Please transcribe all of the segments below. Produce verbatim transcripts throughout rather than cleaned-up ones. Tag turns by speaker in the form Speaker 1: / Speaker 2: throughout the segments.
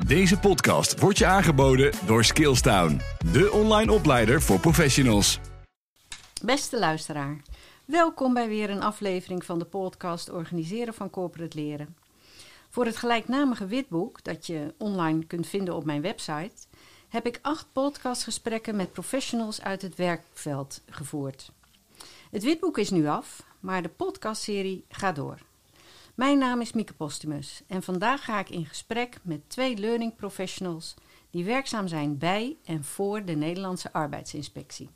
Speaker 1: Deze podcast wordt je aangeboden door Skillstown, de online opleider voor professionals.
Speaker 2: Beste luisteraar, welkom bij weer een aflevering van de podcast Organiseren van Corporate Leren. Voor het gelijknamige witboek, dat je online kunt vinden op mijn website, heb ik acht podcastgesprekken met professionals uit het werkveld gevoerd. Het witboek is nu af, maar de podcastserie gaat door. Mijn naam is Mieke Postumus en vandaag ga ik in gesprek met twee learning professionals die werkzaam zijn bij en voor de Nederlandse Arbeidsinspectie.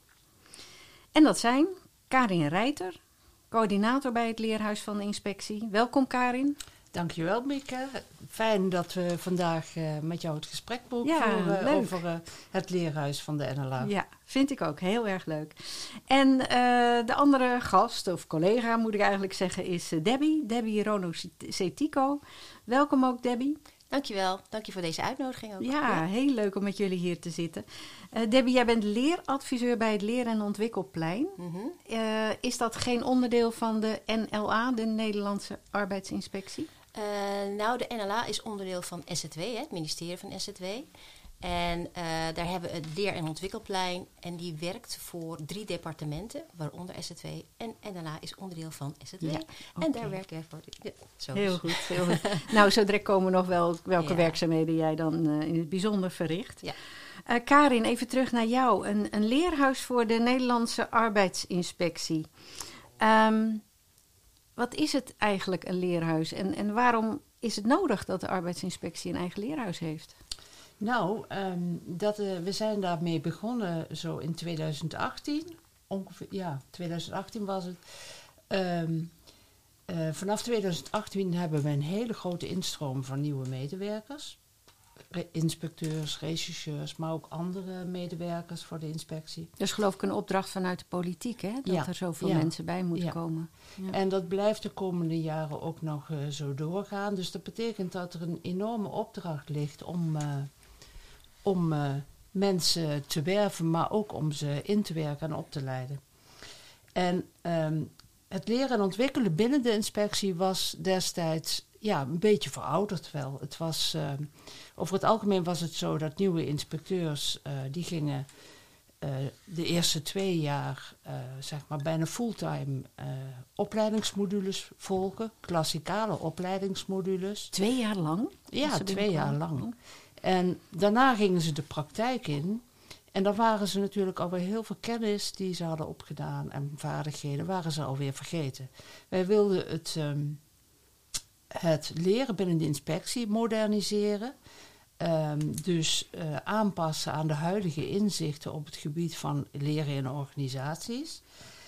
Speaker 2: En dat zijn Karin Reiter, coördinator bij het Leerhuis van de Inspectie. Welkom Karin.
Speaker 3: Dankjewel Mieke. Fijn dat we vandaag uh, met jou het gesprek mogen
Speaker 2: Ja,
Speaker 3: voeren
Speaker 2: leuk.
Speaker 3: over uh, het Leerhuis van de N L A.
Speaker 2: Ja, vind ik ook heel erg leuk. En uh, de andere gast, of collega moet ik eigenlijk zeggen, is uh, Debbie. Debbie Rono-Cetico. Welkom ook Debbie.
Speaker 4: Dankjewel. Dank je voor deze uitnodiging ook.
Speaker 2: Ja,
Speaker 4: Ja.
Speaker 2: heel leuk om met jullie hier te zitten. Uh, Debbie, jij bent leeradviseur bij het Leer- en Ontwikkelplein.
Speaker 4: Mm-hmm.
Speaker 2: Uh, is dat geen onderdeel van de N L A, de Nederlandse Arbeidsinspectie?
Speaker 4: Uh, nou, de N L A is onderdeel van S Z W, hè, het ministerie van S Z W. En uh, daar hebben we het Leer- en Ontwikkelplein. En die werkt voor drie departementen, waaronder S Z W. En N L A is onderdeel van S Z W.
Speaker 2: Ja,
Speaker 4: En
Speaker 2: okay.
Speaker 4: daar werken we voor. Ja, zo
Speaker 2: Heel
Speaker 4: dus.
Speaker 2: goed, heel goed. Nou, zo direct komen nog wel welke
Speaker 4: Ja.
Speaker 2: werkzaamheden jij dan uh, in het bijzonder verricht.
Speaker 4: Ja.
Speaker 2: Uh, Karin, even terug naar jou. Een, een leerhuis voor de Nederlandse Arbeidsinspectie. Um, wat is het eigenlijk, een leerhuis? En, en waarom is het nodig dat de arbeidsinspectie een eigen leerhuis heeft?
Speaker 3: Nou, um, dat, uh, we zijn daarmee begonnen zo in tweeduizend achttien. Ongeveer, ja, tweeduizend achttien was het. Um, uh, vanaf tweeduizend achttien hebben we een hele grote instroom van nieuwe medewerkers. Re- inspecteurs, rechercheurs, maar ook andere medewerkers voor de inspectie.
Speaker 2: Dus geloof ik een opdracht vanuit de politiek, hè? Dat
Speaker 3: Ja,
Speaker 2: er zoveel
Speaker 3: ja,
Speaker 2: mensen bij moeten
Speaker 3: ja.
Speaker 2: komen. Ja.
Speaker 3: En dat blijft de komende jaren ook nog uh, zo doorgaan. Dus dat betekent dat er een enorme opdracht ligt om, uh, om uh, mensen te werven, maar ook om ze in te werken en op te leiden. En um, het leren en ontwikkelen binnen de inspectie was destijds ja, een beetje verouderd wel. Het was, uh, over het algemeen was het zo dat nieuwe inspecteurs, uh, die gingen uh, de eerste twee jaar uh, zeg maar bijna fulltime uh, opleidingsmodules volgen. Klassikale opleidingsmodules.
Speaker 2: Twee jaar lang?
Speaker 3: Ja,
Speaker 2: ze
Speaker 3: twee jaar lang.
Speaker 2: Oh.
Speaker 3: En daarna gingen ze de praktijk in. En dan waren ze natuurlijk alweer heel veel kennis die ze hadden opgedaan en vaardigheden waren ze alweer vergeten. Wij wilden het, um, het leren binnen de inspectie moderniseren. Um, dus uh, aanpassen aan de huidige inzichten op het gebied van leren in organisaties.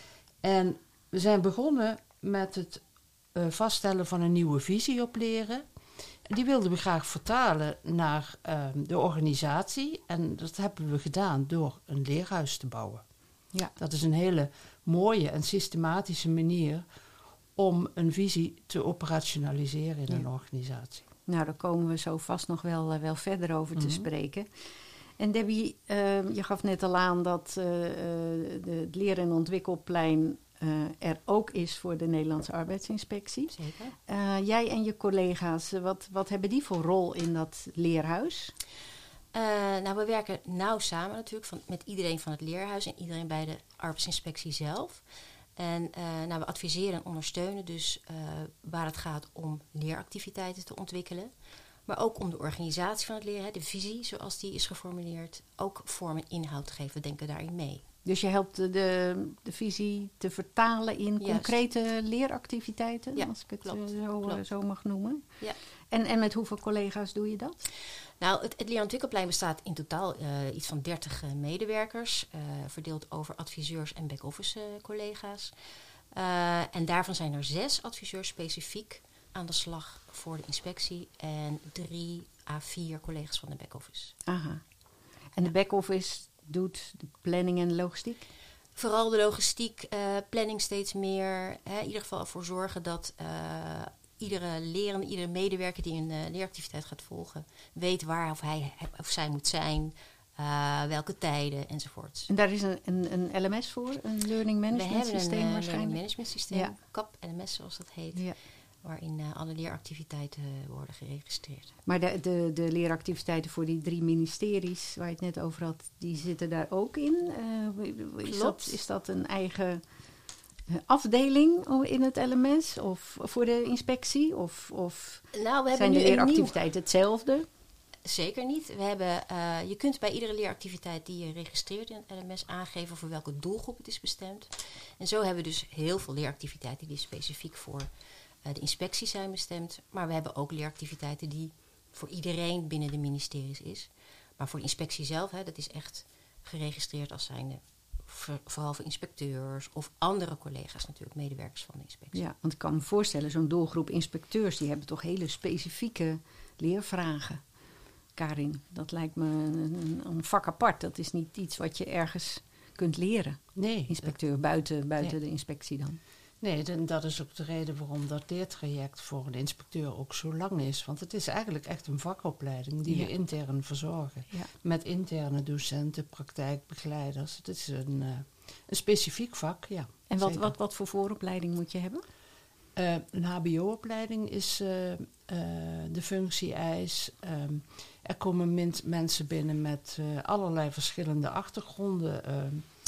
Speaker 3: En we zijn begonnen met het uh, vaststellen van een nieuwe visie op leren. Die wilden we graag vertalen naar uh, de organisatie. En dat hebben we gedaan door een leerhuis te bouwen.
Speaker 2: Ja.
Speaker 3: Dat is een hele mooie en systematische manier om een visie te operationaliseren in
Speaker 2: Ja.
Speaker 3: een organisatie.
Speaker 2: Nou, daar komen we zo vast nog wel, uh, wel verder over
Speaker 3: Mm-hmm.
Speaker 2: te spreken. En Debbie, uh, je gaf net al aan dat uh, de, het Leren- en Ontwikkelplein uh, er ook is voor de Nederlandse Arbeidsinspectie.
Speaker 4: Zeker.
Speaker 2: Uh, jij en je collega's, uh, wat, wat hebben die voor rol in dat leerhuis?
Speaker 4: Uh, nou, we werken nauw samen natuurlijk van, met iedereen van het leerhuis en iedereen bij de arbeidsinspectie zelf. En uh, nou, we adviseren en ondersteunen dus uh, waar het gaat om leeractiviteiten te ontwikkelen. Maar ook om de organisatie van het leren, hè, de visie zoals die is geformuleerd, ook vorm en inhoud te geven. We denken daarin mee.
Speaker 2: Dus je helpt de, de, de visie te vertalen in
Speaker 4: Juist.
Speaker 2: concrete leeractiviteiten,
Speaker 4: Ja,
Speaker 2: als ik het
Speaker 4: klopt,
Speaker 2: uh, zo, uh,
Speaker 4: klopt.
Speaker 2: zo mag noemen.
Speaker 4: Ja.
Speaker 2: En, en met hoeveel collega's doe je dat?
Speaker 4: Nou, het, het Leer- en Ontwikkelplein bestaat in totaal uh, iets van dertig uh, medewerkers, uh, verdeeld over adviseurs en back-office uh, collega's. Uh, en daarvan zijn er zes adviseurs specifiek aan de slag voor de inspectie en drie à vier collega's van de back-office.
Speaker 2: Aha. En de back-office doet de planning en logistiek?
Speaker 4: Vooral de logistiek, uh, planning steeds meer. Hè, in ieder geval ervoor zorgen dat uh, iedere lerende, iedere medewerker die een uh, leeractiviteit gaat volgen, weet waar of hij of zij moet zijn, uh, welke tijden enzovoort.
Speaker 2: En daar is een, een, een L M S voor, een learning management
Speaker 4: We hebben
Speaker 2: systeem
Speaker 4: een uh,
Speaker 2: waarschijnlijk?
Speaker 4: learning management systeem,
Speaker 2: Ja.
Speaker 4: C A P, L M S zoals dat heet.
Speaker 2: Ja.
Speaker 4: waarin uh, alle leeractiviteiten uh, worden geregistreerd.
Speaker 2: Maar de, de, de leeractiviteiten voor die drie ministeries waar je het net over had, die zitten daar ook in? Uh, is, dat, is dat een eigen uh, afdeling in het L M S of voor de inspectie? Of, of
Speaker 4: nou, we hebben
Speaker 2: zijn
Speaker 4: nu
Speaker 2: de leeractiviteiten
Speaker 4: nieuw...
Speaker 2: hetzelfde?
Speaker 4: Zeker niet. We hebben, uh, je kunt bij iedere leeractiviteit die je registreert in het L M S aangeven voor welke doelgroep het is bestemd. En zo hebben we dus heel veel leeractiviteiten die specifiek voor uh, de inspectie zijn bestemd. Maar we hebben ook leeractiviteiten die voor iedereen binnen de ministeries is. Maar voor de inspectie zelf, hè, dat is echt geregistreerd als zijnde voor, vooral voor inspecteurs of andere collega's natuurlijk, medewerkers van de inspectie.
Speaker 2: Ja, want ik kan me voorstellen, zo'n doelgroep inspecteurs, die hebben toch hele specifieke leervragen. Karin, dat lijkt me een, een vak apart. Dat is niet iets wat je ergens kunt leren.
Speaker 3: Nee.
Speaker 2: Inspecteur,
Speaker 3: dat,
Speaker 2: buiten, buiten
Speaker 3: nee.
Speaker 2: de inspectie dan.
Speaker 3: Nee, en dat is ook de reden waarom dat leertraject voor een inspecteur ook zo lang is. Want het is eigenlijk echt een vakopleiding die ja. we intern verzorgen. Ja. Met interne docenten, praktijkbegeleiders. Het is een, uh, een specifiek vak, ja.
Speaker 2: En wat, wat, wat voor vooropleiding moet je hebben?
Speaker 3: Uh, een H B O-opleiding is uh, uh, de functie-eis. Um, er komen min- mensen binnen met uh, allerlei verschillende achtergronden. Uh,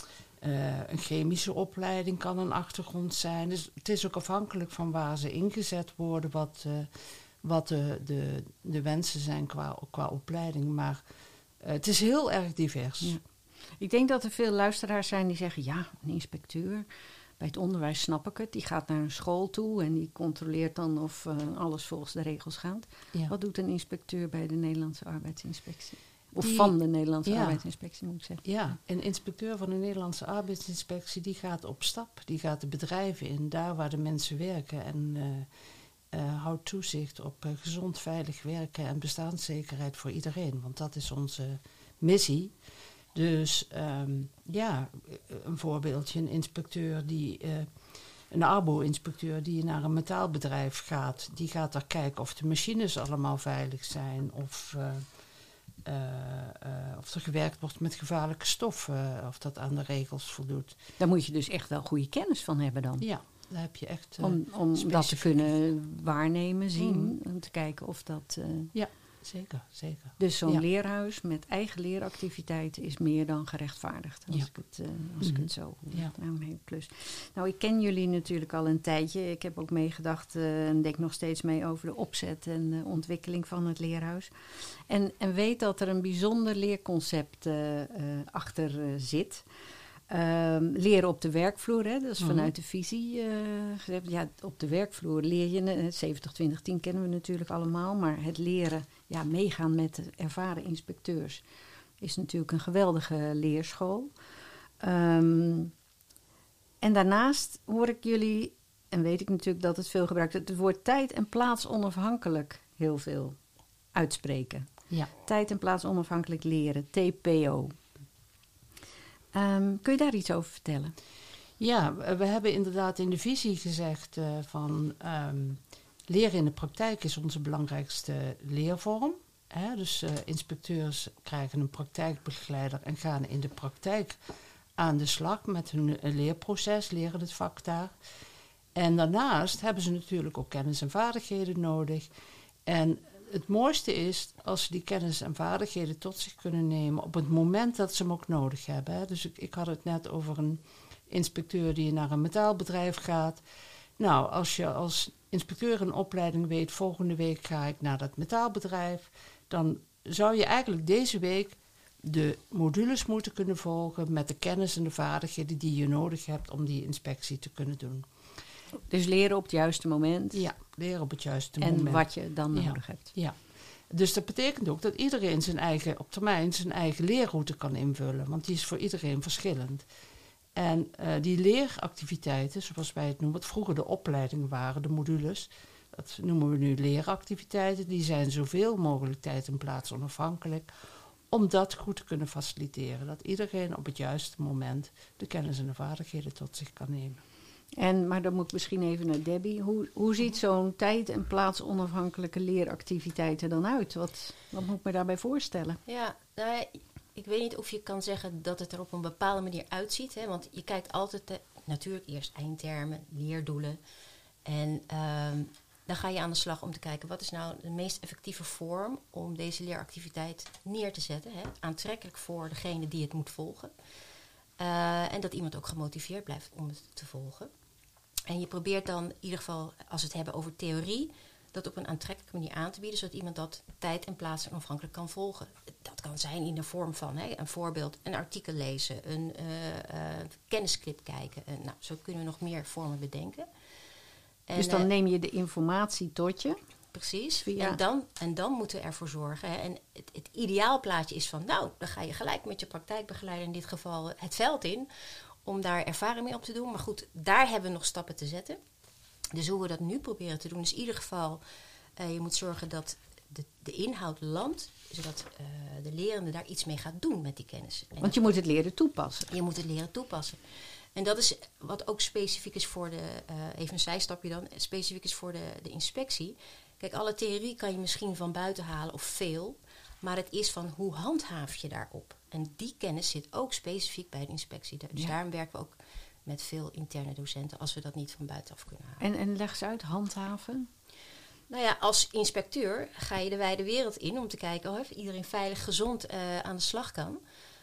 Speaker 3: uh, een chemische opleiding kan een achtergrond zijn. Dus het is ook afhankelijk van waar ze ingezet worden, wat, uh, wat de, de, de wensen zijn qua, qua opleiding. Maar uh, het is heel erg divers.
Speaker 2: Ja. Ik denk dat er veel luisteraars zijn die zeggen, ja, een inspecteur. Bij het onderwijs snap ik het. Die gaat naar een school toe en die controleert dan of uh, alles volgens de regels gaat. Ja. Wat doet een inspecteur bij de Nederlandse Arbeidsinspectie? Of die, van de Nederlandse ja. Arbeidsinspectie, moet ik zeggen.
Speaker 3: Ja, een inspecteur van de Nederlandse Arbeidsinspectie die gaat op stap. Die gaat de bedrijven in, daar waar de mensen werken. En uh, uh, houdt toezicht op uh, gezond, veilig werken en bestaanszekerheid voor iedereen. Want dat is onze missie. Dus um, ja, een voorbeeldje, een inspecteur die, uh, een arbo-inspecteur die naar een metaalbedrijf gaat, die gaat daar kijken of de machines allemaal veilig zijn, of, uh, uh, uh, of er gewerkt wordt met gevaarlijke stoffen, of dat aan de regels voldoet.
Speaker 2: Daar moet je dus echt wel goede kennis van hebben dan.
Speaker 3: Ja, daar heb je echt uh,
Speaker 2: om, om dat te kunnen waarnemen, zien, mm. om te kijken of dat... Uh,
Speaker 3: ja. Zeker, zeker.
Speaker 2: Dus zo'n
Speaker 3: ja.
Speaker 2: leerhuis met eigen leeractiviteiten is meer dan gerechtvaardigd. Als, ja. ik, het, uh, als mm-hmm. ik het zo hoor. Ja. Nou, een hele plus. Nou, ik ken jullie natuurlijk al een tijdje. Ik heb ook meegedacht uh, en denk nog steeds mee over de opzet en de ontwikkeling van het leerhuis. En, en weet dat er een bijzonder leerconcept uh, uh, achter uh, zit. Um, leren op de werkvloer, hè, dat is vanuit mm-hmm. de visie uh, gezegd. Ja, op de werkvloer leer je, uh, zeventig twintig tien kennen we natuurlijk allemaal, maar het leren, ja, meegaan met de ervaren inspecteurs is natuurlijk een geweldige leerschool. Um, en daarnaast hoor ik jullie, en weet ik natuurlijk dat het veel gebruikt wordt, het woord tijd en plaats onafhankelijk heel veel uitspreken. Ja. Tijd en plaats onafhankelijk leren, T P O. Um, kun je daar iets over vertellen?
Speaker 3: Ja, we hebben inderdaad in de visie gezegd uh, van um, leren in de praktijk is onze belangrijkste leervorm. Hè? Dus uh, inspecteurs krijgen een praktijkbegeleider en gaan in de praktijk aan de slag met hun leerproces, leren het vak daar. En daarnaast hebben ze natuurlijk ook kennis en vaardigheden nodig. En het mooiste is als ze die kennis en vaardigheden tot zich kunnen nemen op het moment dat ze hem ook nodig hebben. Hè. Dus ik, ik had het net over een inspecteur die naar een metaalbedrijf gaat. Nou, als je als inspecteur een opleiding weet, volgende week ga ik naar dat metaalbedrijf, dan zou je eigenlijk deze week de modules moeten kunnen volgen met de kennis en de vaardigheden die je nodig hebt om die inspectie te kunnen doen.
Speaker 2: Dus leren op het juiste moment.
Speaker 3: Ja, leren op het juiste
Speaker 2: en
Speaker 3: moment.
Speaker 2: En wat je dan
Speaker 3: ja.
Speaker 2: nodig hebt.
Speaker 3: Ja, dus dat betekent ook dat iedereen zijn eigen, op termijn zijn eigen leerroute kan invullen. Want die is voor iedereen verschillend. En uh, die leeractiviteiten, zoals wij het noemen, wat vroeger de opleidingen waren, de modules, dat noemen we nu leeractiviteiten, die zijn zoveel mogelijk tijd en plaats onafhankelijk, om dat goed te kunnen faciliteren. Dat iedereen op het juiste moment de kennis en de vaardigheden tot zich kan nemen.
Speaker 2: En, maar dan moet ik misschien even naar Debbie. Hoe, hoe ziet zo'n tijd- en plaatsonafhankelijke leeractiviteiten dan uit? Wat, wat moet ik me daarbij voorstellen?
Speaker 4: Ja, nou ja, ik weet niet of je kan zeggen dat het er op een bepaalde manier uitziet. Hè? Want je kijkt altijd, uh, natuurlijk eerst eindtermen, leerdoelen. En uh, dan ga je aan de slag om te kijken... wat is nou de meest effectieve vorm om deze leeractiviteit neer te zetten. Hè? Aantrekkelijk voor degene die het moet volgen. Uh, en dat iemand ook gemotiveerd blijft om het te volgen. En je probeert dan in ieder geval, als we het hebben over theorie... dat op een aantrekkelijke manier aan te bieden... zodat iemand dat tijd en plaats onafhankelijk kan volgen. Dat kan zijn in de vorm van hè, een voorbeeld, een artikel lezen... een uh, uh, kennisclip kijken. Uh, nou, zo kunnen we nog meer vormen bedenken. En,
Speaker 2: dus dan
Speaker 4: uh,
Speaker 2: neem je de informatie tot je.
Speaker 4: Precies.
Speaker 2: Via...
Speaker 4: En, dan, en dan moeten we ervoor zorgen. Hè, en het, het ideaalplaatje is van... nou, dan ga je gelijk met je praktijkbegeleider... in dit geval het veld in... om daar ervaring mee op te doen. Maar goed, daar hebben we nog stappen te zetten... Dus hoe we dat nu proberen te doen, is in ieder geval... Uh, je moet zorgen dat de, de inhoud landt... zodat uh, de lerende daar iets mee gaat doen met die kennis. En
Speaker 2: Want je moet het leren toepassen.
Speaker 4: Je moet het leren toepassen. En dat is wat ook specifiek is voor de... Uh, even een zijstapje dan. Specifiek is voor de, de inspectie. Kijk, alle theorie kan je misschien van buiten halen of veel... maar het is van hoe handhaaf je daarop. En die kennis zit ook specifiek bij de inspectie. Dus ja. daarom werken we ook... met veel interne docenten, als we dat niet van buitenaf kunnen halen.
Speaker 2: En, en leg eens uit, handhaven?
Speaker 4: Nou ja, als inspecteur ga je de wijde wereld in... om te kijken of iedereen veilig, gezond uh, aan de slag kan.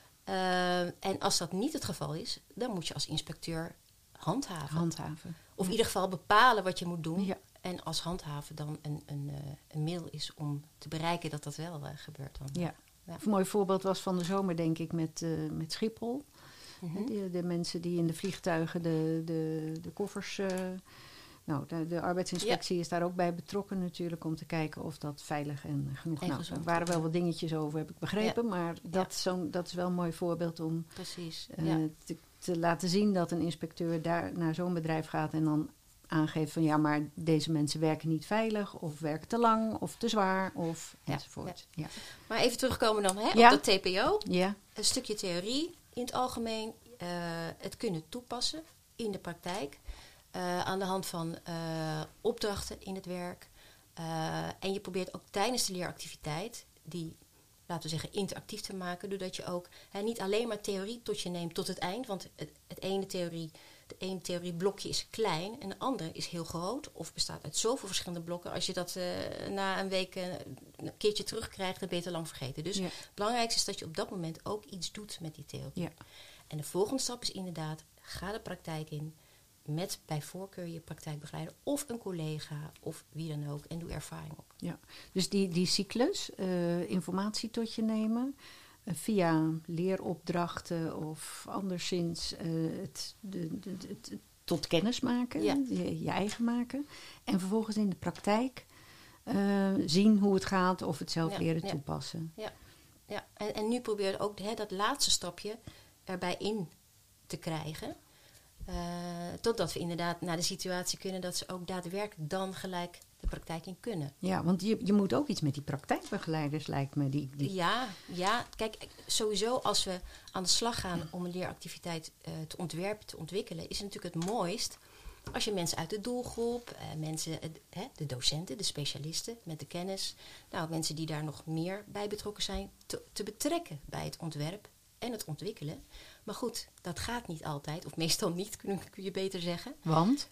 Speaker 4: Uh, en als dat niet het geval is... dan moet je als inspecteur handhaven.
Speaker 2: Handhaven.
Speaker 4: Of in ieder geval bepalen wat je moet doen.
Speaker 2: Ja.
Speaker 4: En als handhaven dan een, een, uh, een middel is om te bereiken dat dat wel uh, gebeurt. Dan.
Speaker 2: Ja.
Speaker 4: Ja.
Speaker 2: Een mooi voorbeeld was van de zomer, denk ik, met, uh, met Schiphol... Mm-hmm. De, de mensen die in de vliegtuigen de, de, de koffers... Uh, nou, de, de arbeidsinspectie ja. is daar ook bij betrokken natuurlijk... om te kijken of dat veilig en genoeg...
Speaker 4: En
Speaker 2: nou, er waren wel wat dingetjes over, heb ik begrepen...
Speaker 4: Ja.
Speaker 2: maar dat, ja. zo'n, dat is wel een mooi voorbeeld om
Speaker 4: Precies.
Speaker 2: Uh,
Speaker 4: Ja.
Speaker 2: te, te laten zien... dat een inspecteur daar naar zo'n bedrijf gaat... en dan aangeeft van ja, maar deze mensen werken niet veilig... of werken te lang of te zwaar of
Speaker 4: ja.
Speaker 2: enzovoort.
Speaker 4: Ja.
Speaker 2: Ja.
Speaker 4: Maar even terugkomen dan hè,
Speaker 2: ja.
Speaker 4: op dat T P O.
Speaker 2: Ja.
Speaker 4: Een stukje theorie... in het algemeen uh, het kunnen toepassen in de praktijk. Uh, aan de hand van uh, opdrachten in het werk. Uh, en je probeert ook tijdens de leeractiviteit... die, laten we zeggen, interactief te maken... doordat je ook hè, niet alleen maar theorie tot je neemt tot het eind... want het, het ene theorie, de ene theorieblokje is klein... en de andere is heel groot... of bestaat uit zoveel verschillende blokken... als je dat uh, na een week uh, een keertje terugkrijgt... dan ben je te lang vergeten. Dus
Speaker 2: ja.
Speaker 4: het belangrijkste is dat je op dat moment ook iets doet met die theorie.
Speaker 2: Ja.
Speaker 4: En de volgende stap is inderdaad... ga de praktijk in... met bij voorkeur je praktijkbegeleider... of een collega of wie dan ook... en doe ervaring op.
Speaker 2: Ja. Dus die, die cyclus, uh, informatie tot je nemen... Uh, via leeropdrachten of anderszins uh, het, de, de, de, het tot kennis maken,
Speaker 4: ja.
Speaker 2: je, je eigen maken. En vervolgens in de praktijk uh, zien hoe het gaat of het zelf
Speaker 4: ja,
Speaker 2: leren
Speaker 4: ja.
Speaker 2: toepassen.
Speaker 4: Ja, ja. En, en nu probeer je ook hè, dat laatste stapje erbij in te krijgen. Uh, totdat we inderdaad naar de situatie kunnen dat ze ook daadwerkelijk dan gelijk de praktijk in kunnen.
Speaker 2: Ja, want je, je moet ook iets met die praktijkbegeleiders, lijkt me. Die, die...
Speaker 4: Ja, ja, kijk, sowieso als we aan de slag gaan om een leeractiviteit uh, te ontwerpen, te ontwikkelen, is het natuurlijk het mooist als je mensen uit de doelgroep, uh, mensen, uh, hè, de docenten, de specialisten met de kennis, nou, mensen die daar nog meer bij betrokken zijn, te, te betrekken bij het ontwerp en het ontwikkelen. Maar goed, dat gaat niet altijd, of meestal niet, kun, kun je beter zeggen.
Speaker 2: Want?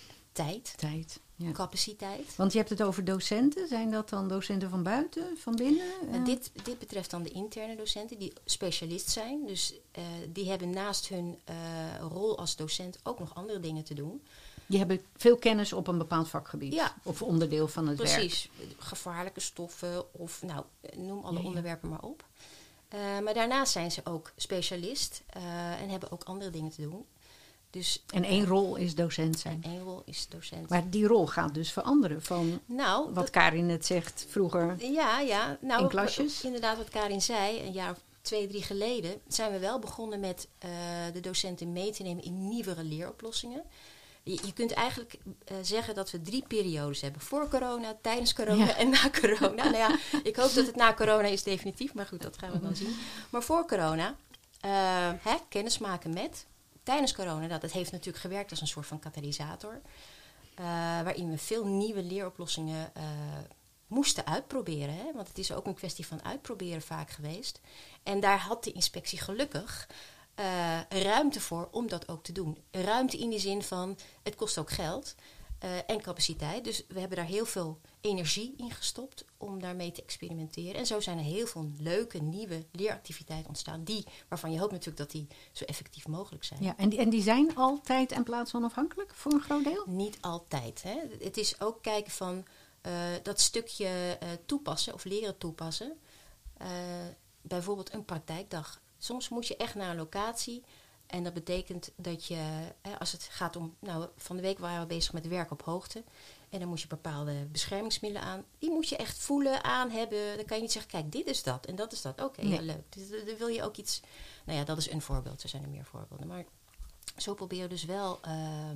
Speaker 4: Tijd.
Speaker 2: Tijd, ja.
Speaker 4: Capaciteit.
Speaker 2: Want je hebt het over docenten. Zijn dat dan docenten van buiten, van binnen?
Speaker 4: Uh, dit, dit betreft dan de interne docenten die specialist zijn. Dus uh, die hebben naast hun uh, rol als docent ook nog andere dingen te doen.
Speaker 2: Die hebben veel kennis op een bepaald vakgebied.
Speaker 4: Ja.
Speaker 2: Of onderdeel van het
Speaker 4: Precies.
Speaker 2: werk.
Speaker 4: Precies. Gevaarlijke stoffen of nou, noem alle
Speaker 2: ja, ja.
Speaker 4: onderwerpen maar op. Uh, maar daarnaast zijn ze ook specialist uh, en hebben ook andere dingen te doen. Dus,
Speaker 2: en één uh, rol is docent zijn.
Speaker 4: En één rol is docent.
Speaker 2: Maar die rol gaat dus veranderen van
Speaker 4: nou,
Speaker 2: wat
Speaker 4: dat,
Speaker 2: Karin net zegt vroeger
Speaker 4: ja, ja, nou,
Speaker 2: in klasjes.
Speaker 4: Inderdaad, wat Karin zei, een jaar of twee, drie geleden zijn we wel begonnen met uh, de docenten mee te nemen in nieuwere leeroplossingen. Je, je kunt eigenlijk uh, zeggen dat we drie periodes hebben. Voor corona, tijdens corona ja. en na corona. Nou ja, ik hoop dat het na corona is definitief, maar goed, dat gaan we dan zien. Maar voor corona, uh, hè, kennismaken met. Tijdens corona, dat, dat heeft natuurlijk gewerkt als een soort van katalysator. Uh, waarin we veel nieuwe leeroplossingen uh, moesten uitproberen. Hè? Want het is ook een kwestie van uitproberen vaak geweest. En daar had de inspectie gelukkig uh, ruimte voor om dat ook te doen. Ruimte in die zin van, het kost ook geld. Uh, en capaciteit. Dus we hebben daar heel veel energie in gestopt om daarmee te experimenteren. En zo zijn er heel veel leuke, nieuwe leeractiviteiten ontstaan. Die, waarvan je hoopt natuurlijk dat die zo effectief mogelijk zijn.
Speaker 2: Ja, en, die, en die zijn altijd en plaats onafhankelijk voor een groot deel?
Speaker 4: Niet altijd. Hè. Het is ook kijken van uh, dat stukje uh, toepassen of leren toepassen. Uh, bijvoorbeeld een praktijkdag. Soms moet je echt naar een locatie. En dat betekent dat je, hè, als het gaat om... Nou, van de week waren we bezig met werk op hoogte. En dan moet je bepaalde beschermingsmiddelen aan. Die moet je echt voelen, aan hebben. Dan kan je niet zeggen, kijk, dit is dat en dat is dat. Oké, okay, nee. ja, leuk. Dus, dan wil je ook iets... Nou ja, dat is een voorbeeld. Er zijn er meer voorbeelden. Maar zo probeer je dus wel... Uh,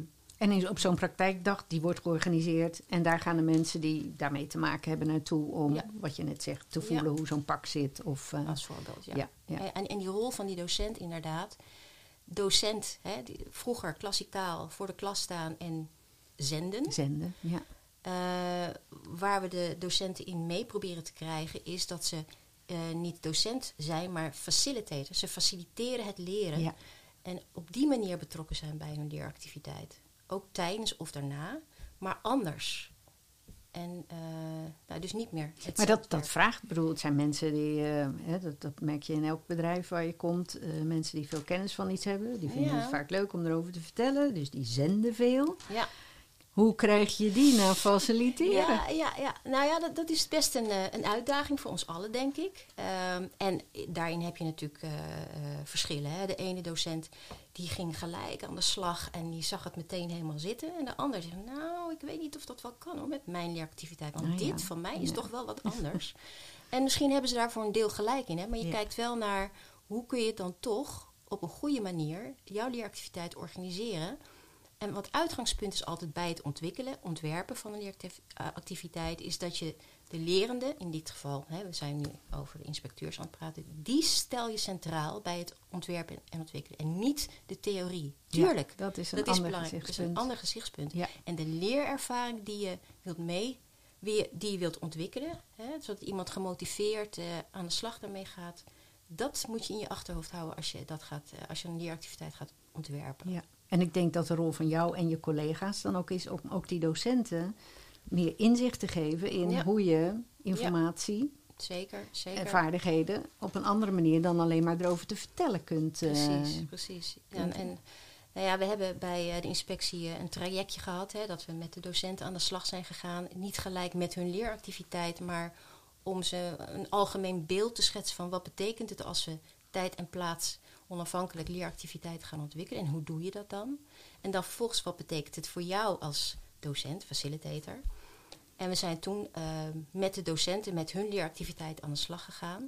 Speaker 2: en op zo'n praktijkdag, die wordt georganiseerd. En daar gaan de mensen die daarmee te maken hebben naartoe om, ja. wat je net zegt, te voelen ja. hoe zo'n pak zit. Of, uh,
Speaker 4: als voorbeeld, ja.
Speaker 2: ja, ja.
Speaker 4: En, en die rol van die docent inderdaad... Docent, hè, die, vroeger klassikaal voor de klas staan en zenden.
Speaker 2: Zenden, ja.
Speaker 4: Uh, waar we de docenten in mee proberen te krijgen... is dat ze uh, niet docent zijn, maar facilitator. Ze faciliteren het leren. Ja. En op die manier betrokken zijn bij hun leeractiviteit. Ook tijdens of daarna, maar anders. En uh, nou, dus niet meer.
Speaker 2: Maar dat, dat vraagt, ik bedoel, het zijn mensen die, uh, hè, dat, dat merk je in elk bedrijf waar je komt. Uh, mensen die veel kennis van iets hebben. Die vinden ja. het vaak leuk om erover te vertellen. Dus die zenden veel.
Speaker 4: Ja.
Speaker 2: Hoe krijg je die nou faciliteren?
Speaker 4: Ja, ja, ja. Nou ja, dat, dat is best een, een uitdaging voor ons allen, denk ik. Um, en daarin heb je natuurlijk uh, uh, verschillen. Hè. De ene docent die ging gelijk aan de slag en die zag het meteen helemaal zitten. En de ander zegt, nou, ik weet niet of dat wel kan hoor, met mijn leeractiviteit. Want oh, dit ja. van mij is ja. toch wel wat anders. En misschien hebben ze daar voor een deel gelijk in. Hè, maar je ja. kijkt wel naar hoe kun je het dan toch op een goede manier jouw leeractiviteit organiseren. En wat uitgangspunt is altijd bij het ontwikkelen, ontwerpen van een leeractiviteit, is dat je de lerende, in dit geval, hè, we zijn nu over de inspecteurs aan het praten, die stel je centraal bij het ontwerpen en ontwikkelen. En niet de theorie. Tuurlijk,
Speaker 2: ja, dat is een
Speaker 4: dat
Speaker 2: ander
Speaker 4: is belangrijk.
Speaker 2: gezichtspunt.
Speaker 4: Dat is een ander gezichtspunt.
Speaker 2: Ja.
Speaker 4: En de leerervaring die je wilt mee, die je wilt ontwikkelen, hè, zodat iemand gemotiveerd uh, aan de slag daarmee gaat, dat moet je in je achterhoofd houden als je, dat gaat, uh, als je een leeractiviteit gaat ontwerpen.
Speaker 2: Ja. En ik denk dat de rol van jou en je collega's dan ook is om ook die docenten meer inzicht te geven in ja. hoe je informatie
Speaker 4: ja. zeker, zeker.
Speaker 2: en vaardigheden op een andere manier dan alleen maar erover te vertellen kunt. Uh,
Speaker 4: precies, precies. Ja, en, en nou ja, we hebben bij uh, de inspectie uh, een trajectje gehad, hè, dat we met de docenten aan de slag zijn gegaan. Niet gelijk met hun leeractiviteit, maar om ze een algemeen beeld te schetsen van wat betekent het als we tijd en plaats onafhankelijk leeractiviteit gaan ontwikkelen. En hoe doe je dat dan? En dan vervolgens, wat betekent het voor jou als docent, facilitator? En we zijn toen uh, met de docenten, met hun leeractiviteit aan de slag gegaan.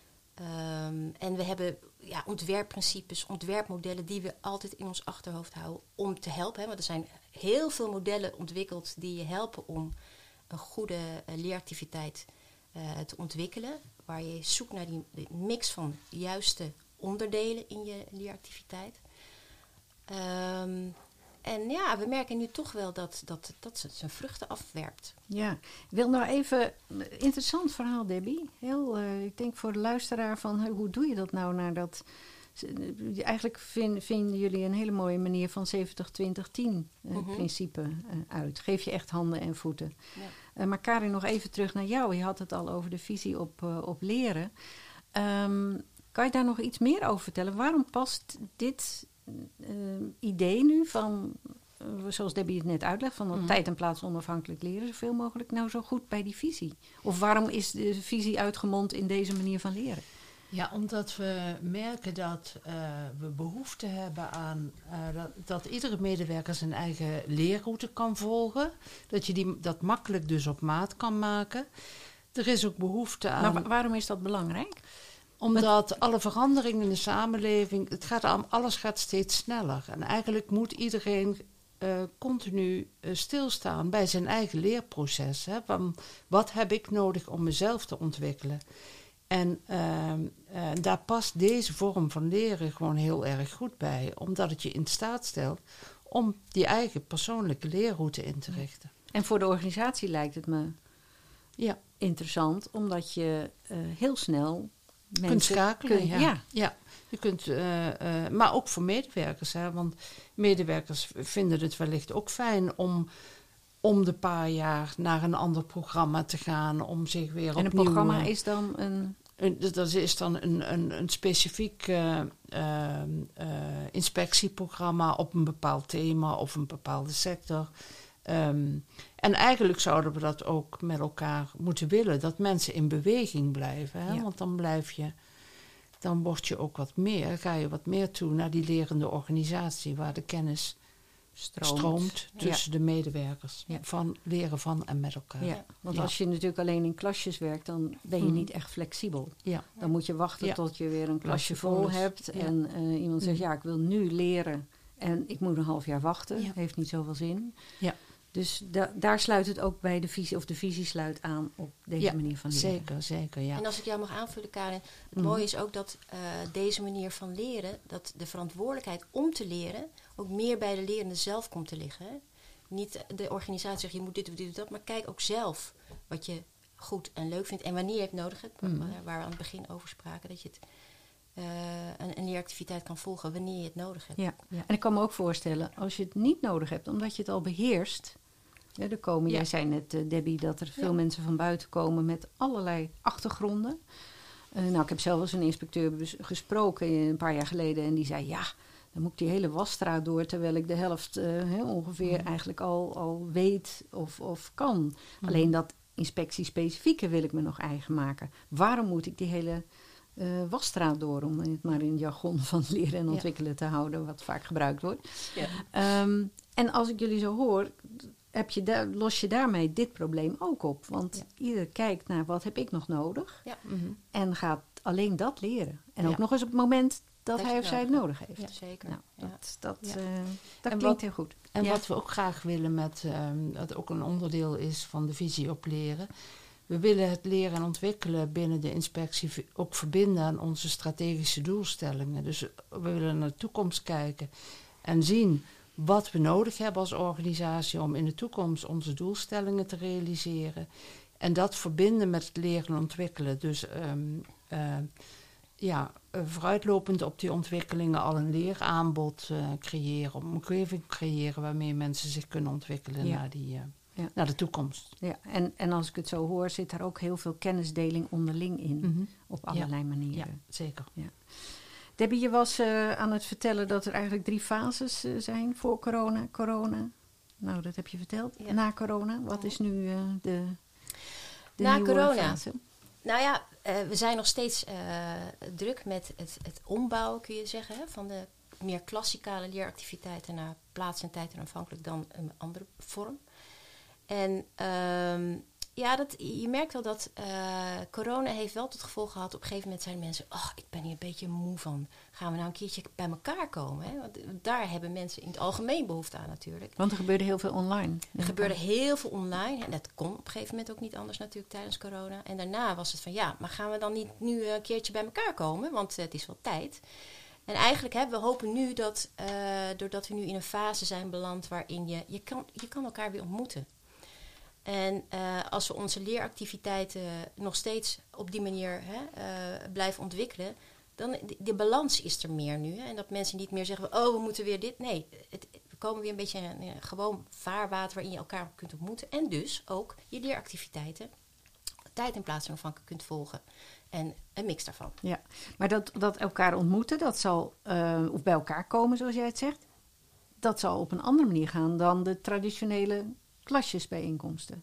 Speaker 4: Um, en we hebben ja, ontwerpprincipes, ontwerpmodellen die we altijd in ons achterhoofd houden om te helpen. Hè? Want er zijn heel veel modellen ontwikkeld die je helpen om een goede uh, leeractiviteit uh, te ontwikkelen. Waar je zoekt naar die, die mix van juiste onderdelen in je leeractiviteit. Um, en ja, we merken nu toch wel dat, dat, dat het zijn vruchten afwerpt.
Speaker 2: Ja, ik wil nou even... Interessant verhaal, Debbie. Heel, uh, ik denk voor de luisteraar van, hey, hoe doe je dat nou naar dat... Eigenlijk vind, vinden jullie een hele mooie manier van zeventig twintig tien uh, mm-hmm. principe uh, uit. Geef je echt handen en voeten. Ja. Uh, maar Karin, nog even terug naar jou. Je had het al over de visie op, uh, op leren. Um, kan je daar nog iets meer over vertellen? Waarom past dit uh, idee nu van, uh, zoals Debbie het net uitlegt, van dat mm. tijd en plaats onafhankelijk leren, zoveel mogelijk nou zo goed bij die visie? Of waarom is de visie uitgemond in deze manier van leren?
Speaker 3: Ja, omdat we merken dat uh, we behoefte hebben aan uh, dat, dat iedere medewerker zijn eigen leerroute kan volgen. Dat je die, dat makkelijk dus op maat kan maken. Er is ook behoefte aan...
Speaker 2: Maar wa- waarom is dat belangrijk?
Speaker 3: Omdat Met... alle veranderingen in de samenleving, het gaat aan, alles gaat steeds sneller. En eigenlijk moet iedereen uh, continu uh, stilstaan bij zijn eigen leerproces. Hè? Van, wat heb ik nodig om mezelf te ontwikkelen? En uh, uh, daar past deze vorm van leren gewoon heel erg goed bij. Omdat het je in staat stelt om die eigen persoonlijke leerroute in te richten.
Speaker 2: En voor de organisatie lijkt het me ja. interessant. Omdat je uh, heel snel mensen
Speaker 3: kunt schakelen.
Speaker 2: Kun,
Speaker 3: ja.
Speaker 2: Ja.
Speaker 3: Ja. Je kunt, uh, uh, maar ook voor medewerkers. Hè, want medewerkers vinden het wellicht ook fijn om om de paar jaar naar een ander programma te gaan. Om zich weer opnieuw...
Speaker 2: En een programma is dan een...
Speaker 3: Een, dat is dan een, een, een specifiek uh, uh, uh, inspectieprogramma op een bepaald thema of een bepaalde sector. Um, en eigenlijk zouden we dat ook met elkaar moeten willen. Dat mensen in beweging blijven. Hè?
Speaker 2: Ja.
Speaker 3: Want dan blijf je... Dan word je ook wat meer, ga je wat meer toe naar die lerende organisatie... waar de kennis stroomt, stroomt tussen ja. de medewerkers.
Speaker 2: Ja.
Speaker 3: Van leren van en met elkaar.
Speaker 2: Ja, want
Speaker 3: ja.
Speaker 2: als je natuurlijk alleen in klasjes werkt... dan ben je mm. niet echt flexibel.
Speaker 3: Ja.
Speaker 2: Dan moet je wachten ja. tot je weer een klasje vol
Speaker 3: vol
Speaker 2: hebt...
Speaker 3: Ja.
Speaker 2: en uh, iemand zegt,
Speaker 3: mm.
Speaker 2: ja, ik wil nu leren... en ik moet een half jaar wachten.
Speaker 3: Ja.
Speaker 2: Heeft niet zoveel zin.
Speaker 3: Ja.
Speaker 2: Dus da- daar sluit het ook bij de visie... of de visie sluit aan op deze
Speaker 3: ja,
Speaker 2: manier van leren.
Speaker 3: Zeker, zeker, ja.
Speaker 4: En als ik jou mag aanvullen, Karin... het
Speaker 3: Mm.
Speaker 4: mooie is ook dat uh, deze manier van leren... dat de verantwoordelijkheid om te leren... ook meer bij de lerende zelf komt te liggen. Hè? Niet de organisatie zegt, je moet dit of dit of dat... maar kijk ook zelf wat je goed en leuk vindt... en wanneer je het nodig hebt. Mm. Waar we aan het begin over spraken... dat je het, uh, een, een leeractiviteit kan volgen wanneer je het nodig hebt.
Speaker 2: Ja. Ja. En ik kan me ook voorstellen, als je het niet nodig hebt... omdat je het al beheerst... Ja, er komen, ja. Jij zei net, uh, Debbie, dat er veel ja. mensen van buiten komen met allerlei achtergronden. Uh, nou, ik heb zelf eens een inspecteur bes- gesproken een paar jaar geleden en die zei, ja, dan moet ik die hele wasstraat door, terwijl ik de helft uh, he, ongeveer mm. eigenlijk al, al weet of, of kan. Mm. Alleen dat inspectiespecifieke wil ik me nog eigen maken. Waarom moet ik die hele uh, wasstraat door, om het maar in het jargon van leren en ontwikkelen ja. te houden, wat vaak gebruikt wordt. Ja. Um, en als ik jullie zo hoor... Heb je da- los je daarmee dit probleem ook op. Want ja. ieder kijkt naar wat heb ik nog nodig. Ja. Mm-hmm. En gaat alleen dat leren. En ja. ook nog eens op het moment dat, dat hij of zij het nodig heeft.
Speaker 4: Ja, zeker.
Speaker 2: Nou, dat dat,
Speaker 3: ja.
Speaker 2: uh, dat
Speaker 3: en
Speaker 2: klinkt
Speaker 3: wat,
Speaker 2: heel goed.
Speaker 3: En
Speaker 2: ja.
Speaker 3: wat we ook graag willen met... Um, dat ook een onderdeel is van de visie op leren. We willen het leren en ontwikkelen binnen de inspectie... ook verbinden aan onze strategische doelstellingen. Dus we willen naar de toekomst kijken en zien... wat we nodig hebben als organisatie om in de toekomst onze doelstellingen te realiseren. En dat verbinden met het leren en ontwikkelen. Dus um, uh, ja, uh, vooruitlopend op die ontwikkelingen al een leeraanbod uh, creëren. Om een omgeving creëren waarmee mensen zich kunnen ontwikkelen ja. naar, die, uh, ja. naar de toekomst.
Speaker 2: Ja, en, en als ik het zo hoor, zit daar ook heel veel kennisdeling onderling in. Mm-hmm. Op allerlei
Speaker 3: ja.
Speaker 2: manieren.
Speaker 3: Ja, zeker.
Speaker 2: Ja. Debbie, je was uh, aan het vertellen dat er eigenlijk drie fases uh, zijn voor corona. Corona, nou dat heb je verteld. Ja. Na corona, wat is nu uh, de, de
Speaker 4: Na
Speaker 2: nieuwe
Speaker 4: corona.
Speaker 2: fase?
Speaker 4: Nou ja, uh, we zijn nog steeds uh, druk met het, het ombouwen, kun je zeggen, hè, van de meer klassikale leeractiviteiten naar plaats en tijd en afhankelijk dan een andere vorm. En um, ja, dat, je merkt wel dat uh, corona heeft wel tot gevolg gehad. Op een gegeven moment zijn mensen, ach, ik ben hier een beetje moe van. Gaan we nou een keertje bij elkaar komen? Hè? Want daar hebben mensen in het algemeen behoefte aan natuurlijk.
Speaker 2: Want er gebeurde heel veel online.
Speaker 4: Er gebeurde heel veel online. En dat kon op een gegeven moment ook niet anders natuurlijk tijdens corona. En daarna was het van, ja, maar gaan we dan niet nu een keertje bij elkaar komen? Want uh, het is wel tijd. En eigenlijk, hè, we hopen nu dat, uh, doordat we nu in een fase zijn beland waarin je, je kan, je kan elkaar weer ontmoeten. En uh, als we onze leeractiviteiten nog steeds op die manier hè, uh, blijven ontwikkelen, dan de, de balans is er meer nu. Hè? En dat mensen niet meer zeggen, oh, we moeten weer dit. Nee, het, we komen weer een beetje in een gewoon vaarwater waarin je elkaar kunt ontmoeten. En dus ook je leeractiviteiten tijd en plaats afhankelijk kunt volgen. En een mix daarvan.
Speaker 2: Ja, maar dat, dat elkaar ontmoeten, dat zal, uh, of bij elkaar komen zoals jij het zegt, dat zal op een andere manier gaan dan de traditionele klasjesbijeenkomsten.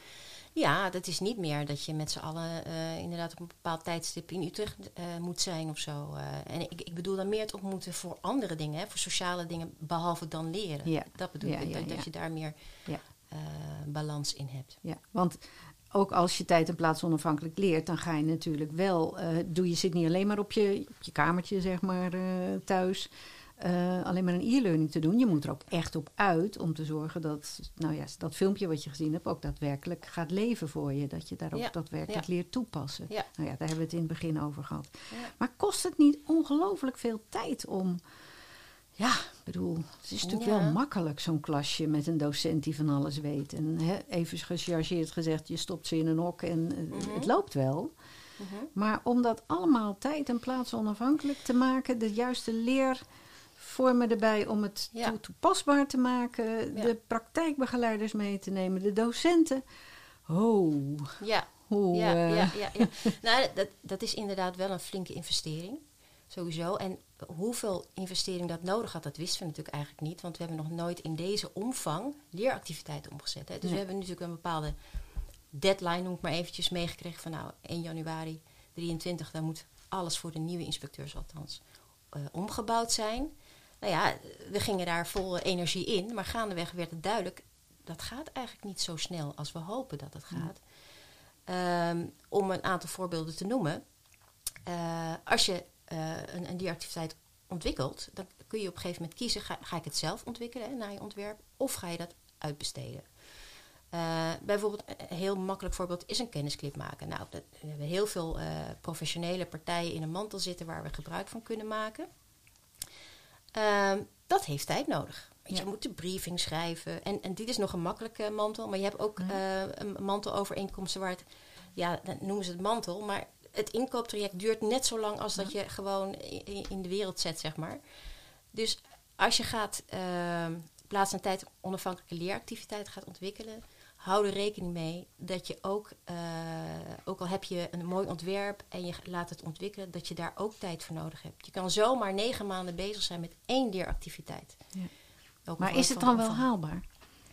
Speaker 4: Ja, dat is niet meer dat je met z'n allen uh, inderdaad op een bepaald tijdstip in Utrecht uh, moet zijn of zo. Uh, en ik, ik bedoel dan meer het ontmoeten voor andere dingen, hè, voor sociale dingen, behalve dan leren. Ja. Dat bedoel ja, ik, ja, dat, ja. dat je daar meer ja. uh, balans in hebt.
Speaker 2: Ja, want ook als je tijd en plaats onafhankelijk leert, dan ga je natuurlijk wel, uh, doe je zit niet alleen maar op je, op je kamertje, zeg maar, uh, thuis. Uh, alleen maar een e-learning te doen. Je moet er ook echt op uit om te zorgen dat, nou ja, dat filmpje wat je gezien hebt ook daadwerkelijk gaat leven voor je. Dat je daar ook ja. daadwerkelijk ja. leert toepassen. Ja. Nou ja, daar hebben we het in het begin over gehad. Ja. Maar kost het niet ongelooflijk veel tijd om, ja, ik bedoel, het is natuurlijk ja. wel makkelijk zo'n klasje met een docent die van alles weet. En hè, even gechargeerd gezegd, je stopt ze in een hok en uh, mm-hmm. het loopt wel. Mm-hmm. Maar om dat allemaal tijd en plaats onafhankelijk te maken, de juiste leer platformen erbij om het
Speaker 4: Ja.
Speaker 2: toe- toepasbaar te maken.
Speaker 4: Ja.
Speaker 2: De praktijkbegeleiders mee te nemen. De docenten. Oh,
Speaker 4: Ja,
Speaker 2: hoe...
Speaker 4: ja,
Speaker 2: eh,
Speaker 4: ja, ja, ja. Nou, dat, dat is inderdaad wel een flinke investering. Sowieso. En hoeveel investering dat nodig had, dat wisten we natuurlijk eigenlijk niet. Want we hebben nog nooit in deze omvang leeractiviteiten omgezet. Hè. Dus
Speaker 2: Ja.
Speaker 4: we hebben natuurlijk een bepaalde deadline, noem ik maar eventjes, meegekregen. Van nou, één januari drieëntwintig, dan moet alles voor de nieuwe inspecteurs althans uh, omgebouwd zijn. Nou ja, we gingen daar vol energie in. Maar gaandeweg werd het duidelijk, dat gaat eigenlijk niet zo snel als we hopen dat het gaat. Ja. Um, om een aantal voorbeelden te noemen. Uh, als je uh, een, een dieractiviteit ontwikkelt, dan kun je op een gegeven moment kiezen, ga, ga ik het zelf ontwikkelen hè, naar je ontwerp, of ga je dat uitbesteden. Uh, bijvoorbeeld, een heel makkelijk voorbeeld is een kennisclip maken. Nou, dat, we hebben heel veel uh, professionele partijen in een mantel zitten waar we gebruik van kunnen maken. Uh, dat heeft tijd nodig. Ja. Je moet de briefing schrijven. En, en dit is nog een makkelijke mantel. Maar je hebt ook uh, een mantelovereenkomsten waar het, ja, dan noemen ze het mantel. Maar het inkooptraject duurt net zo lang als dat je gewoon in, in de wereld zet, zeg maar. Dus als je gaat uh, plaats en tijd onafhankelijke leeractiviteiten gaat ontwikkelen, hou er rekening mee dat je ook, uh, ook al heb je een mooi ontwerp en je laat het ontwikkelen, dat je daar ook tijd voor nodig hebt. Je kan zomaar negen maanden bezig zijn met één leeractiviteit.
Speaker 2: Ja. Maar is het dan wel haalbaar?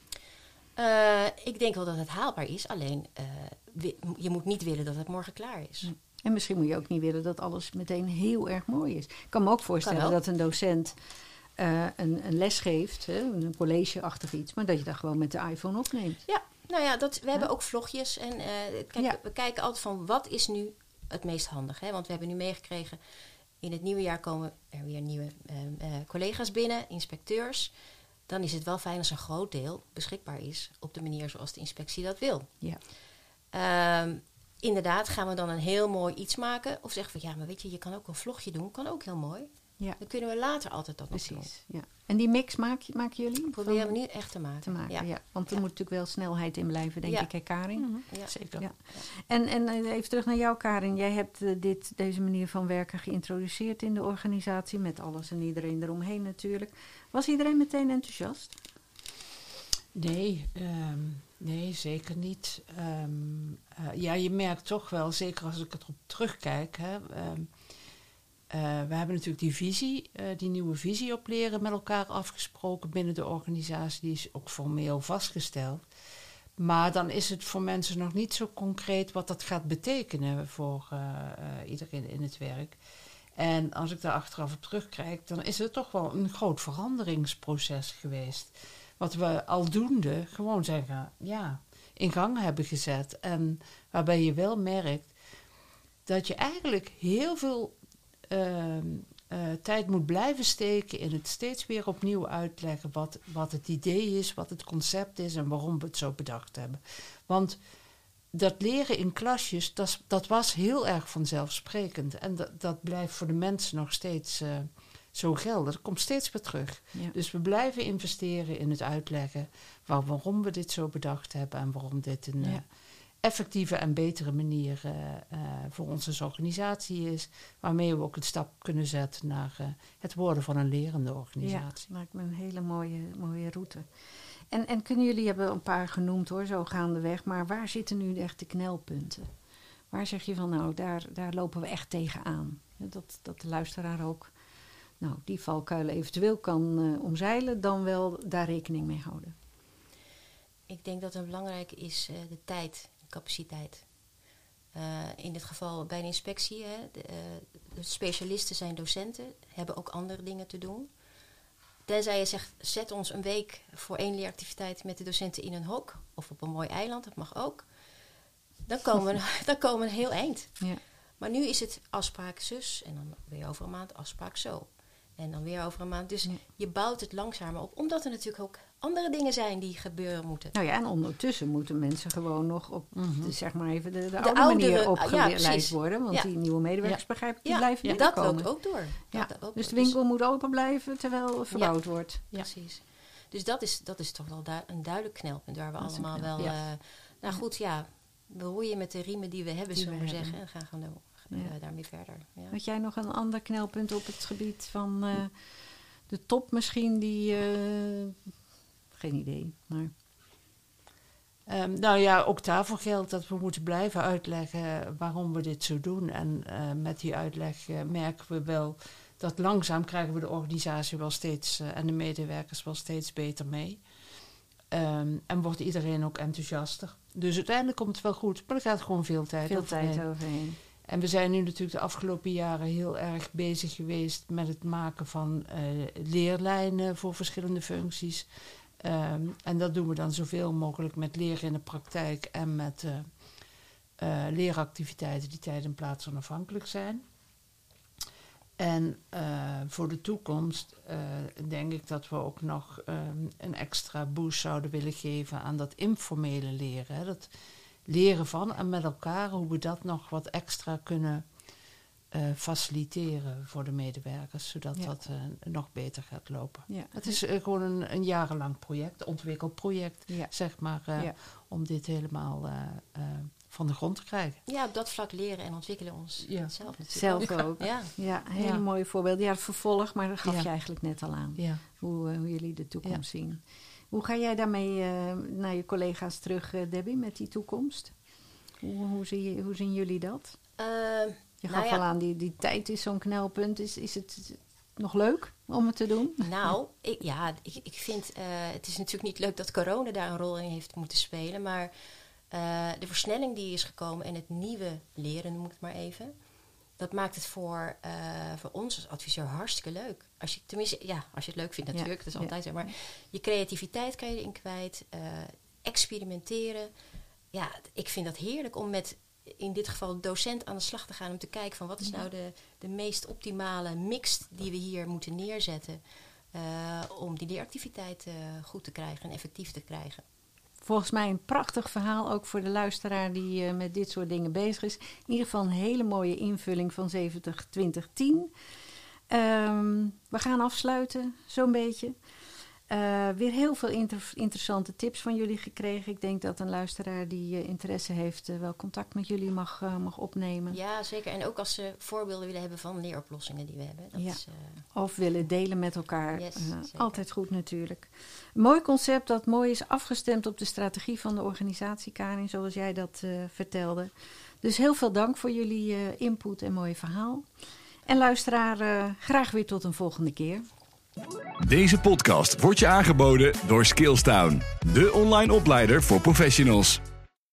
Speaker 4: Uh, ik denk wel dat het haalbaar is, alleen uh, we, je moet niet willen dat het morgen klaar is.
Speaker 2: Ja. En misschien moet je ook niet willen dat alles meteen heel erg mooi is. Ik kan me ook voorstellen dat een docent uh, een, een les geeft, hè, een college-achtig iets, maar dat je dat gewoon met de iPhone opneemt.
Speaker 4: Ja, nou ja, dat, we ja. hebben ook vlogjes. En uh, kijk, ja. we kijken altijd van wat is nu het meest handig. Hè? Want we hebben nu meegekregen, in het nieuwe jaar komen er weer nieuwe uh, uh, collega's binnen, inspecteurs. Dan is het wel fijn als een groot deel beschikbaar is op de manier zoals de inspectie dat wil. Ja. Uh, inderdaad, gaan we dan een heel mooi iets maken? Of zeggen we, ja, maar weet je, je kan ook een vlogje doen, kan ook heel mooi. Ja. Dan kunnen we later altijd dat nog doen.
Speaker 2: Ja. En die mix maken, maken jullie?
Speaker 4: Proberen we nu echt te maken.
Speaker 2: Te maken ja. Ja. Want er
Speaker 4: ja.
Speaker 2: moet natuurlijk wel snelheid in blijven, denk ja. ik, hè, Karin?
Speaker 4: Mm-hmm. Ja, zeker.
Speaker 2: Ja. En, en even terug naar jou, Karin. Jij hebt uh, dit, deze manier van werken geïntroduceerd in de organisatie, met alles en iedereen eromheen natuurlijk. Was iedereen meteen enthousiast?
Speaker 3: Nee, um, nee, zeker niet. Um, uh, ja, je merkt toch wel, zeker als ik erop terugkijk, hè, um, Uh, we hebben natuurlijk die visie, uh, die nieuwe visie op leren met elkaar afgesproken binnen de organisatie. Die is ook formeel vastgesteld. Maar dan is het voor mensen nog niet zo concreet wat dat gaat betekenen voor uh, uh, iedereen in het werk. En als ik daar achteraf op terugkijk, dan is het toch wel een groot veranderingsproces geweest. Wat we aldoende gewoon zeggen, ja, in gang hebben gezet. En waarbij je wel merkt dat je eigenlijk heel veel Uh, uh, tijd moet blijven steken in het steeds weer opnieuw uitleggen wat, wat het idee is, wat het concept is en waarom we het zo bedacht hebben. Want dat leren in klasjes, dat, dat was heel erg vanzelfsprekend. En dat, dat blijft voor de mensen nog steeds uh, zo gelden. Dat komt steeds weer terug. Ja. Dus we blijven investeren in het uitleggen waar, waarom we dit zo bedacht hebben en waarom dit een ja. uh, effectieve en betere manier uh, uh, voor ons als organisatie is, waarmee we ook een stap kunnen zetten naar uh, het worden van een lerende organisatie.
Speaker 2: Ja, lijkt me een hele mooie, mooie route. En, en kunnen jullie, hebben een paar genoemd hoor, zo gaandeweg, maar waar zitten nu echt de knelpunten? Waar zeg je van, nou, daar, daar lopen we echt tegenaan? Dat, dat de luisteraar ook, nou, die valkuilen eventueel kan uh, omzeilen, dan wel daar rekening mee houden.
Speaker 4: Ik denk dat het belangrijk is uh, de tijd, de capaciteit. Uh, in dit geval bij de inspectie, hè, de, uh, de specialisten zijn docenten, hebben ook andere dingen te doen. Tenzij je zegt, zet ons een week voor één leeractiviteit met de docenten in een hok, of op een mooi eiland, dat mag ook. Dan komen we, dan komen we een heel eind. Ja. Maar nu is het afspraak zus, en dan weer over een maand afspraak zo. En dan weer over een maand. Dus ja. je bouwt het langzamer op. Omdat er natuurlijk ook andere dingen zijn die gebeuren moeten.
Speaker 2: Nou ja, en ondertussen moeten mensen gewoon nog op, mm-hmm. de, zeg maar even, de, de, de oude oudere, manier opgeleid ja, worden. Want ja. die nieuwe medewerkers, ja. begrijp ik, die ja. blijven
Speaker 4: ja,
Speaker 2: binnenkomen.
Speaker 4: Dat loopt ook door.
Speaker 2: Ja.
Speaker 4: Dat ook
Speaker 2: dus
Speaker 4: door.
Speaker 2: de winkel dus, moet open blijven terwijl verbouwd ja. wordt.
Speaker 4: Ja. Precies. Dus dat is, dat is toch wel du- een duidelijk knelpunt. Waar we dat allemaal wel... Ja. Uh, nou goed, ja, we roeien met de riemen die we hebben, zullen we maar zeggen. En gaan gewoon ja. uh, daarmee verder. Ja.
Speaker 2: Had jij nog een ander knelpunt op het gebied van... Uh, de top misschien die... Uh, geen idee, maar...
Speaker 3: Um, nou ja, ook daarvoor geldt dat we moeten blijven uitleggen waarom we dit zo doen. En uh, met die uitleg uh, merken we wel dat langzaam krijgen we de organisatie wel steeds uh, en de medewerkers wel steeds beter mee. Um, en wordt iedereen ook enthousiaster. Dus uiteindelijk komt het wel goed, maar er gaat gewoon veel tijd
Speaker 2: veel
Speaker 3: overheen.
Speaker 2: tijd overheen.
Speaker 3: En we zijn nu natuurlijk de afgelopen jaren heel erg bezig geweest met het maken van uh, leerlijnen voor verschillende functies. Um, en dat doen we dan zoveel mogelijk met leren in de praktijk en met uh, uh, leeractiviteiten die tijd- en plaatsonafhankelijk zijn. En uh, voor de toekomst uh, denk ik dat we ook nog um, een extra boost zouden willen geven aan dat informele leren. Hè? Dat leren van en met elkaar, hoe we dat nog wat extra kunnen uh, faciliteren voor de medewerkers, zodat ja. dat uh, nog beter gaat lopen. Ja. Het is uh, gewoon een, een jarenlang project, ontwikkelproject, ja. zeg maar, uh, ja. om dit helemaal uh, uh, van de grond te krijgen.
Speaker 4: Ja, op dat vlak leren en ontwikkelen ons ja. zelf natuurlijk.
Speaker 2: Zelf ook. ook. Ja, ja hele ja. mooie voorbeeld. Ja, het vervolg, maar dat gaf ja. je eigenlijk net al aan. Ja. Hoe, uh, hoe jullie de toekomst ja. zien. Hoe ga jij daarmee uh, naar je collega's terug, uh, Debbie, met die toekomst? Hoe, hoe, zie je, hoe zien jullie dat? Uh, je gaf nou ja. al aan, die, die tijd is zo'n knelpunt. Is, is het nog leuk om het te doen?
Speaker 4: Nou, ik, ja, ik, ik vind... Uh, het is natuurlijk niet leuk dat corona daar een rol in heeft moeten spelen. Maar uh, de versnelling die is gekomen en het nieuwe leren, noem ik het maar even... dat maakt het voor, uh, voor ons als adviseur hartstikke leuk. Als je, tenminste, ja, als je het leuk vindt natuurlijk, ja, dat is altijd zo. Ja. Maar je creativiteit kan je erin kwijt. Uh, experimenteren. Ja, ik vind dat heerlijk om met, in dit geval, de docent aan de slag te gaan... om te kijken van wat is nou de, de meest optimale mix die we hier moeten neerzetten... Uh, om die leeractiviteit uh, goed te krijgen en effectief te krijgen.
Speaker 2: Volgens mij een prachtig verhaal, ook voor de luisteraar die uh, met dit soort dingen bezig is. In ieder geval een hele mooie invulling van zeventig twintig tien. Um, we gaan afsluiten, zo'n beetje. Uh, weer heel veel inter- interessante tips van jullie gekregen. Ik denk dat een luisteraar die uh, interesse heeft... Uh, wel contact met jullie mag, uh, mag opnemen.
Speaker 4: Ja, zeker. En ook als ze voorbeelden willen hebben van leeroplossingen die we hebben. Dat
Speaker 2: ja.
Speaker 4: is,
Speaker 2: uh... Of willen delen met elkaar.
Speaker 4: Yes,
Speaker 2: uh, altijd goed natuurlijk. Een mooi concept dat mooi is afgestemd op de strategie van de organisatie, Karin, zoals jij dat uh, vertelde. Dus heel veel dank voor jullie uh, input en mooie verhaal. En luisteraar, uh, graag weer tot een volgende keer.
Speaker 1: Deze podcast wordt je aangeboden door Skillstown, de online opleider voor professionals.